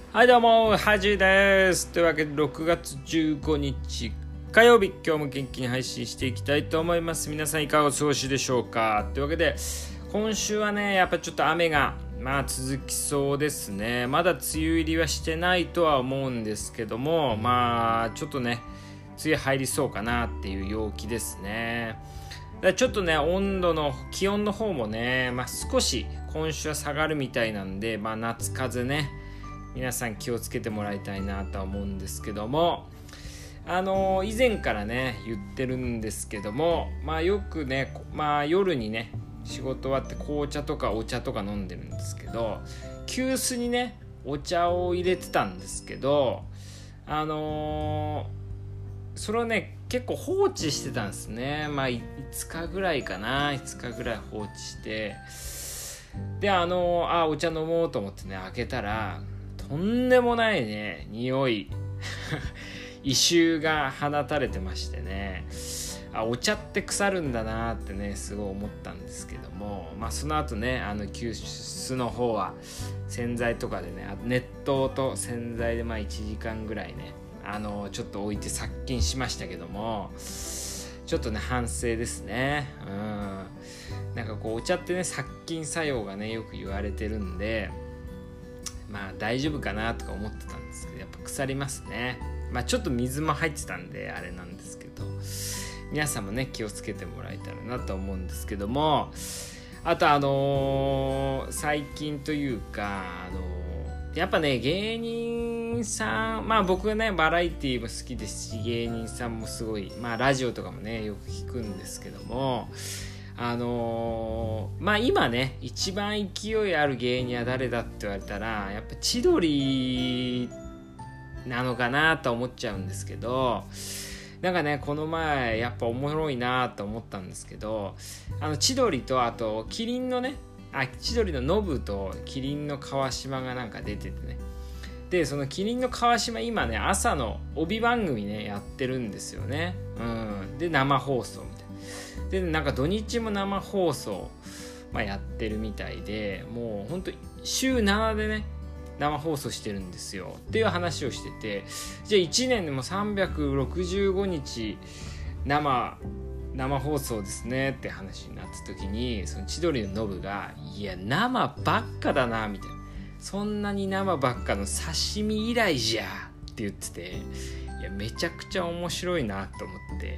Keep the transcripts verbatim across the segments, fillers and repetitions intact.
はいどうもはじです。というわけでろくがつじゅうごにち火曜日、今日も元気に配信していきたいと思います。皆さんいかがお過ごしでしょうか。というわけで今週はねやっぱちょっと雨がまあ続きそうですね。まだ梅雨入りはしてないとは思うんですけども、まあちょっとね梅雨入りそうかなっていう陽気ですね。だからちょっとね温度の気温の方もね、まあ、少し今週は下がるみたいなんで、まあ、夏風邪ね皆さん気をつけてもらいたいなとは思うんですけども、あのー、以前からね言ってるんですけども、まあよくね、まあ、夜にね仕事終わって紅茶とかお茶とか飲んでるんですけど、急須にねお茶を入れてたんですけど、あのー、それをね結構放置してたんですね。まあいつかぐらいかないつかぐらい放置して、であのー、あお茶飲もうと思ってね開けたらとんでもないね匂い異臭が放たれてましてね、あお茶って腐るんだなってねすごい思ったんですけども、まあその後ねあの急須の方は洗剤とかでね熱湯と洗剤でまあいちじかんぐらいねあのちょっと置いて殺菌しましたけども、ちょっとね反省ですね。うんなんかこうお茶ってね殺菌作用がねよく言われてるんで、まあ大丈夫かなとか思ってたんですけど、やっぱ腐りますね。まあちょっと水も入ってたんであれなんですけど、皆さんもね気をつけてもらえたらなと思うんですけども、あとあのー、最近というか、あのー、やっぱね芸人さん、まあ僕はねバラエティーも好きですし芸人さんもすごい、まあラジオとかもねよく聞くんですけども、あのー、まあ今ね一番勢いある芸人は誰だって言われたらやっぱ千鳥なのかなと思っちゃうんですけど、なんかねこの前やっぱおもろいなと思ったんですけど、あの千鳥とあとキリンのねあ千鳥のノブとキリンの川島がなんか出ててね、でそのキリンの川島今ね朝の帯番組ねやってるんですよね。うんで生放送みたいなでなんか土日も生放送、まあ、やってるみたいで、もうほんと週ななでね生放送してるんですよっていう話をしてて、じゃあいちねんでもさんびゃくろくじゅうごにち生生放送ですねって話になった時に、その千鳥のノブがいや生ばっかだなみたいな、そんなに生ばっかの刺身以来じゃって言ってて、いやめちゃくちゃ面白いなと思って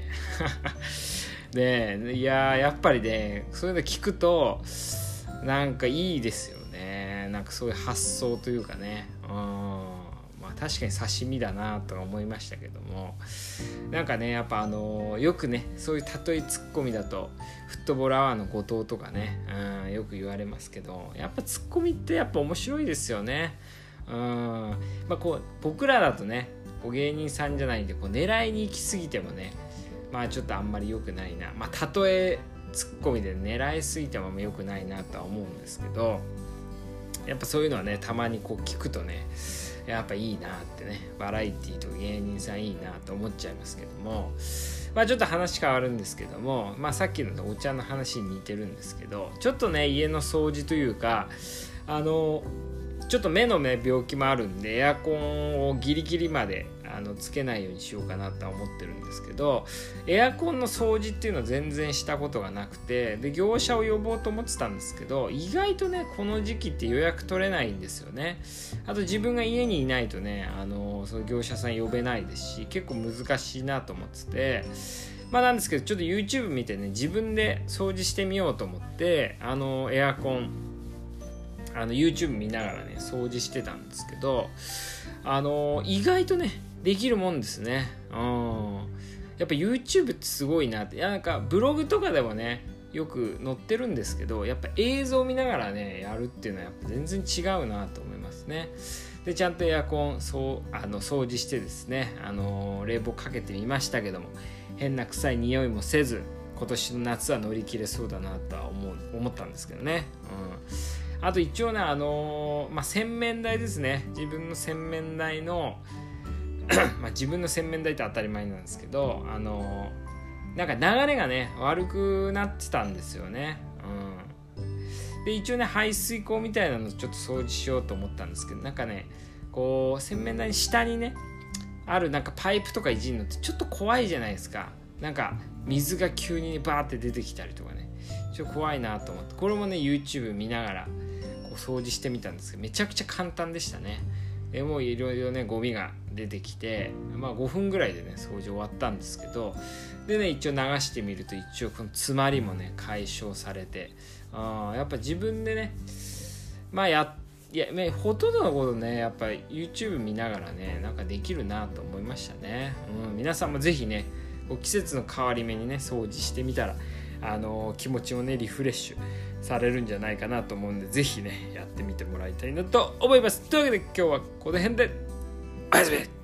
でいややっぱりねそういうの聞くとなんかいいですよね。なんかそういう発想というかね、うんまあ確かに刺身だなと思いましたけども、なんかねやっぱあのよくねそういう例えツッコミだとフットボールアワーの後藤とかね、うん、よく言われますけど、やっぱツッコミってやっぱ面白いですよね。うんまあこう僕らだとねこう芸人さんじゃないんでこう狙いに行き過ぎてもねまあちょっとあんまり良くないな、まあ例えツッコミで狙いすぎても良くないなとは思うんですけど、やっぱそういうのはねたまにこう聞くとねやっぱいいなってね、バラエティと芸人さんいいなと思っちゃいますけども、まあちょっと話変わるんですけども、まあさっきのお茶の話に似てるんですけど、ちょっとね家の掃除というかあのちょっと目のね病気もあるんでエアコンをギリギリまであのつけないようにしようかなとは思ってるんですけど、エアコンの掃除っていうのは全然したことがなくて、で業者を呼ぼうと思ってたんですけど、意外とねこの時期って予約取れないんですよね。あと自分が家にいないとねあのその業者さん呼べないですし結構難しいなと思ってて、まあなんですけどちょっと YouTube 見てね自分で掃除してみようと思ってあのエアコンあの YouTube 見ながらね掃除してたんですけど、あの意外とねできるもんですね。うんやっぱ YouTube ってすごいなって、いやなんかブログとかでもねよく載ってるんですけど、やっぱ映像を見ながらねやるっていうのはやっぱ全然違うなと思いますね。でちゃんとエアコンそうあの掃除してですね、あの冷房かけてみましたけども変な臭い匂いもせず今年の夏は乗り切れそうだなとは思う思ったんですけどね。うん、あと一応ねあのー、まあ洗面台ですね、自分の洗面台のまあ自分の洗面台って当たり前なんですけど、あのー、なんか流れがね悪くなってたんですよね。うん、で一応ね排水口みたいなのちょっと掃除しようと思ったんですけど、なんかねこう洗面台に下にねあるなんかパイプとかいじるのってちょっと怖いじゃないですか。なんか水が急にバーって出てきたりとかね、ちょっと怖いなと思って、これもね YouTube 見ながらこう掃除してみたんですけど、めちゃくちゃ簡単でしたね。でもういろいろねゴミが出てきて、まあごふんぐらいでね掃除終わったんですけど、でね一応流してみると一応この詰まりもね解消されて、あやっぱ自分でねまあやいやほとんどのことねやっぱ YouTube 見ながらねなんかできるなと思いましたね。うん、皆さんもぜひね季節の変わり目にね掃除してみたら、あのー、気持ちをねリフレッシュされるんじゃないかなと思うんで、ぜひねやってみてもらいたいなと思います。というわけで今日はこの辺でおやすみ。